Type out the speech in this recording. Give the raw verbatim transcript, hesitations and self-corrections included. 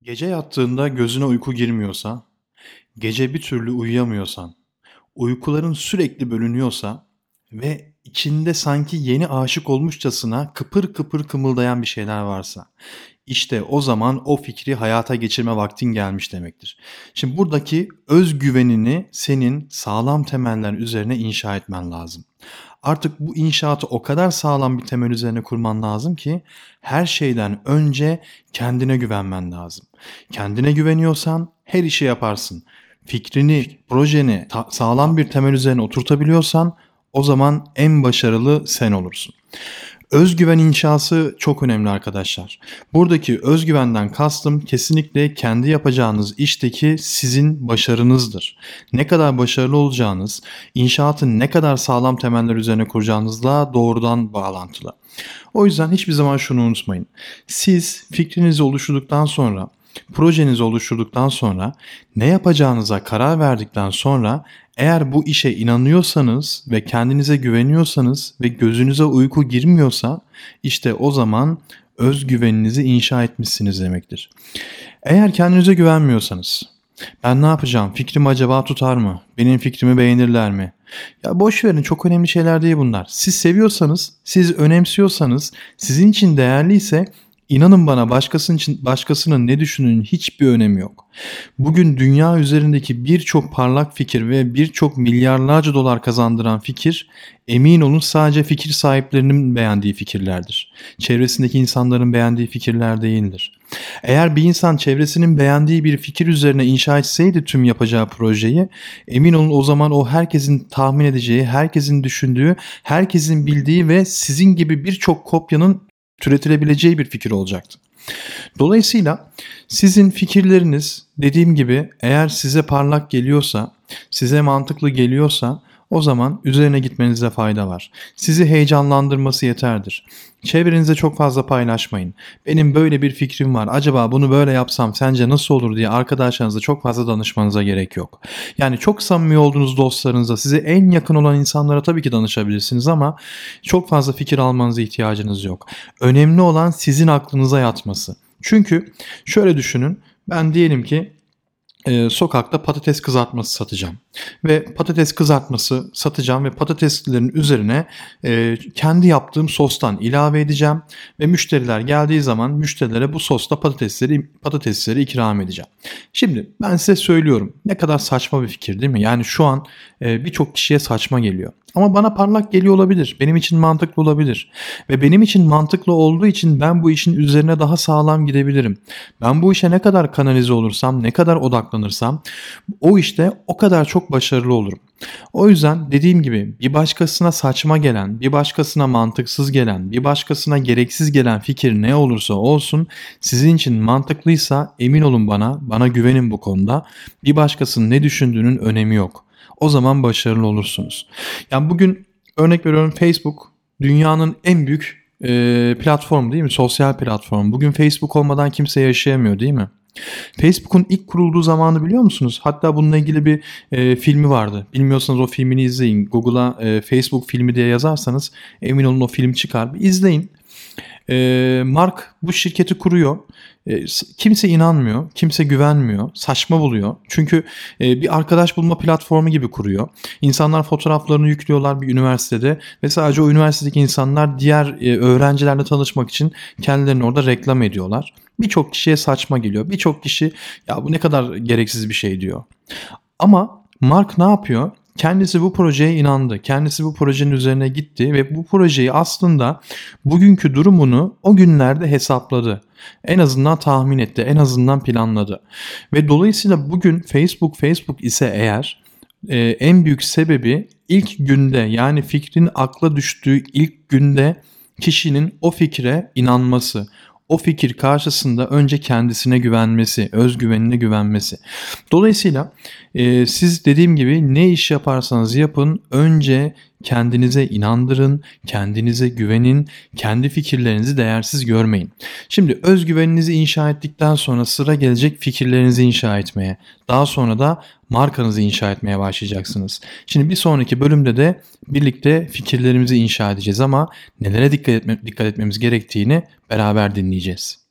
Gece yattığında gözüne uyku girmiyorsa, gece bir türlü uyuyamıyorsan, uykuların sürekli bölünüyorsa ve içinde sanki yeni aşık olmuşçasına kıpır kıpır kımıldayan bir şeyler varsa, işte o zaman o fikri hayata geçirme vaktin gelmiş demektir. Şimdi buradaki özgüvenini senin sağlam temeller üzerine inşa etmen lazım. Artık bu inşaatı o kadar sağlam bir temel üzerine kurman lazım ki her şeyden önce kendine güvenmen lazım. Kendine güveniyorsan her işi yaparsın. Fikrini, projeni ta- sağlam bir temel üzerine oturtabiliyorsan o zaman en başarılı sen olursun. Özgüven inşası çok önemli arkadaşlar. Buradaki özgüvenden kastım kesinlikle kendi yapacağınız işteki sizin başarınızdır. Ne kadar başarılı olacağınız, inşaatın ne kadar sağlam temeller üzerine kuracağınızla doğrudan bağlantılı. O yüzden hiçbir zaman şunu unutmayın. Siz fikrinizi oluşturduktan sonra, projenizi oluşturduktan sonra, ne yapacağınıza karar verdikten sonra eğer bu işe inanıyorsanız ve kendinize güveniyorsanız ve gözünüze uyku girmiyorsa işte o zaman özgüveninizi inşa etmişsiniz demektir. Eğer kendinize güvenmiyorsanız ben ne yapacağım? Fikrim acaba tutar mı? Benim fikrimi beğenirler mi? Ya boş verin, çok önemli şeyler değil bunlar. Siz seviyorsanız, siz önemsiyorsanız, sizin için değerliyse inanın bana başkasının için başkasının ne düşündüğünün hiçbir önemi yok. Bugün dünya üzerindeki birçok parlak fikir ve birçok milyarlarca dolar kazandıran fikir emin olun sadece fikir sahiplerinin beğendiği fikirlerdir. Çevresindeki insanların beğendiği fikirler değildir. Eğer bir insan çevresinin beğendiği bir fikir üzerine inşa etseydi tüm yapacağı projeyi, emin olun o zaman o herkesin tahmin edeceği, herkesin düşündüğü, herkesin bildiği ve sizin gibi birçok kopyanın türetilebileceği bir fikir olacaktı. Dolayısıyla sizin fikirleriniz dediğim gibi eğer size parlak geliyorsa, size mantıklı geliyorsa o zaman üzerine gitmenizde fayda var. Sizi heyecanlandırması yeterdir. Çevrenize çok fazla paylaşmayın. Benim böyle bir fikrim var. Acaba bunu böyle yapsam sence nasıl olur diye arkadaşlarınıza çok fazla danışmanıza gerek yok. Yani çok samimi olduğunuz dostlarınıza, size en yakın olan insanlara tabii ki danışabilirsiniz ama çok fazla fikir almanıza ihtiyacınız yok. Önemli olan sizin aklınıza yatması. Çünkü şöyle düşünün. Ben diyelim ki e, sokakta patates kızartması satacağım. Ve patates kızartması satacağım ve patateslerin üzerine e, kendi yaptığım sostan ilave edeceğim. Ve müşteriler geldiği zaman müşterilere bu sosla patatesleri, patatesleri ikram edeceğim. Şimdi ben size söylüyorum, ne kadar saçma bir fikir değil mi? Yani şu an e, birçok kişiye saçma geliyor. Ama bana parlak geliyor olabilir. Benim için mantıklı olabilir. Ve benim için mantıklı olduğu için ben bu işin üzerine daha sağlam gidebilirim. Ben bu işe ne kadar kanalize olursam, ne kadar odaklanırsam o işte o kadar çok başarılı olurum. O yüzden dediğim gibi bir başkasına saçma gelen, bir başkasına mantıksız gelen, bir başkasına gereksiz gelen fikir ne olursa olsun sizin için mantıklıysa emin olun bana, bana güvenin bu konuda. Bir başkasının ne düşündüğünün önemi yok. O zaman başarılı olursunuz. Yani bugün örnek veriyorum, Facebook dünyanın en büyük e, platformu değil mi? Sosyal platform. Bugün Facebook olmadan kimse yaşayamıyor değil mi? Facebook'un ilk kurulduğu zamanı biliyor musunuz? Hatta bununla ilgili bir e, filmi vardı. Bilmiyorsanız o filmini izleyin. Google'a e, Facebook filmi diye yazarsanız emin olun o film çıkar. Bir izleyin. E, Mark bu şirketi kuruyor. E, kimse inanmıyor, kimse güvenmiyor, saçma buluyor. Çünkü e, bir arkadaş bulma platformu gibi kuruyor. İnsanlar fotoğraflarını yüklüyorlar bir üniversitede ve sadece o üniversitedeki insanlar diğer e, öğrencilerle tanışmak için kendilerini orada reklam ediyorlar. Birçok kişiye saçma geliyor. Birçok kişi ya bu ne kadar gereksiz bir şey diyor. Ama Mark ne yapıyor? Kendisi bu projeye inandı. Kendisi bu projenin üzerine gitti ve bu projeyi aslında bugünkü durumunu o günlerde hesapladı. En azından tahmin etti, en azından planladı. Ve dolayısıyla bugün Facebook Facebook ise eğer e, en büyük sebebi ilk günde, yani fikrin akla düştüğü ilk günde kişinin o fikre inanması. O fikir karşısında önce kendisine güvenmesi, özgüvenine güvenmesi. Dolayısıyla e, siz dediğim gibi ne iş yaparsanız yapın önce kendinize inandırın, kendinize güvenin, kendi fikirlerinizi değersiz görmeyin. Şimdi özgüveninizi inşa ettikten sonra sıra gelecek fikirlerinizi inşa etmeye. Daha sonra da markanızı inşa etmeye başlayacaksınız. Şimdi bir sonraki bölümde de birlikte fikirlerimizi inşa edeceğiz ama nelere dikkat etme, dikkat etmemiz gerektiğini beraber dinleyeceğiz.